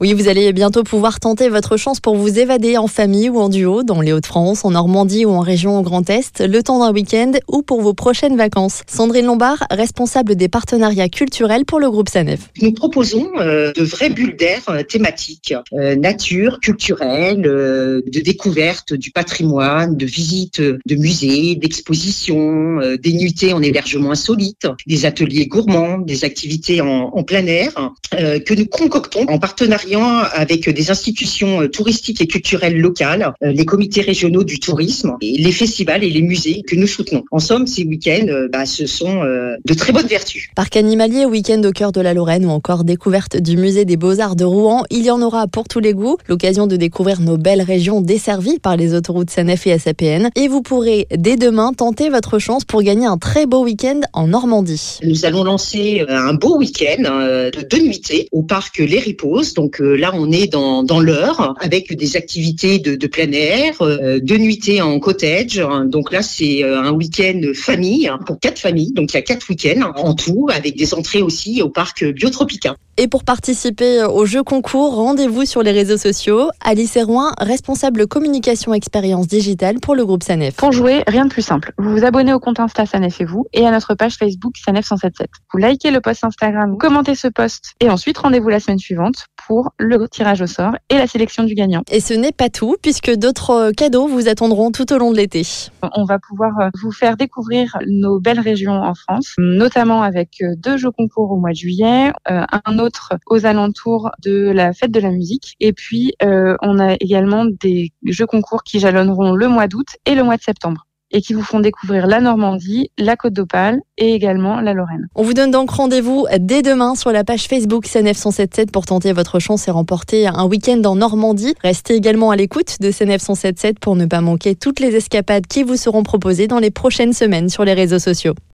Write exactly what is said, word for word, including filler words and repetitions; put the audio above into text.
Oui, vous allez bientôt pouvoir tenter votre chance pour vous évader en famille ou en duo dans les Hauts-de-France, en Normandie ou en région Grand Est, le temps d'un week-end ou pour vos prochaines vacances. Sandrine Lombard, responsable des partenariats culturels pour le groupe SANEF. Nous proposons euh, de vraies bulles d'air euh, thématiques, euh, nature, culturelle, euh, de découverte du patrimoine, de visites de musées, d'expositions, euh, des nuitées en hébergement insolite, des ateliers gourmands, des activités en, en plein air, euh, que nous concoctons en partenariat avec des institutions touristiques et culturelles locales, les comités régionaux du tourisme, et les festivals et les musées que nous soutenons. En somme, ces week-ends, bah, ce sont euh, de très bonnes vertus. Parc animalier, week-end au cœur de la Lorraine ou encore découverte du musée des Beaux-Arts de Rouen, il y en aura pour tous les goûts. L'occasion de découvrir nos belles régions desservies par les autoroutes SANEF et S A P N. Et vous pourrez dès demain tenter votre chance pour gagner un très beau week-end en Normandie. Nous allons lancer un beau week-end de deux nuitées au parc Les Riposes. Donc là, on est dans, dans l'Eure avec des activités de, de plein air, euh, deux nuitées en cottage. Donc là, c'est un week-end famille pour quatre familles. Donc il y a quatre week-ends en tout avec des entrées aussi au parc Biotropica. Et pour participer au jeu concours, rendez-vous sur les réseaux sociaux. Alice Erouin, responsable communication expérience digitale pour le groupe SANEF. Pour jouer, rien de plus simple. Vous vous abonnez au compte Insta SANEF et vous et à notre page Facebook SANEF cent soixante-dix-sept. Vous likez le post Instagram, vous commentez ce post et ensuite rendez-vous la semaine suivante pour le tirage au sort et la sélection du gagnant. Et ce n'est pas tout puisque d'autres cadeaux vous attendront tout au long de l'été. On va pouvoir vous faire découvrir nos belles régions en France, notamment avec deux jeux concours au mois de juillet, un autre aux alentours de la fête de la musique. Et puis, euh, on a également des jeux concours qui jalonneront le mois d'août et le mois de septembre et qui vous font découvrir la Normandie, la Côte d'Opale et également la Lorraine. On vous donne donc rendez-vous dès demain sur la page Facebook SANEF cent soixante-dix-sept pour tenter votre chance et remporter un week-end en Normandie. Restez également à l'écoute de SANEF cent soixante-dix-sept pour ne pas manquer toutes les escapades qui vous seront proposées dans les prochaines semaines sur les réseaux sociaux.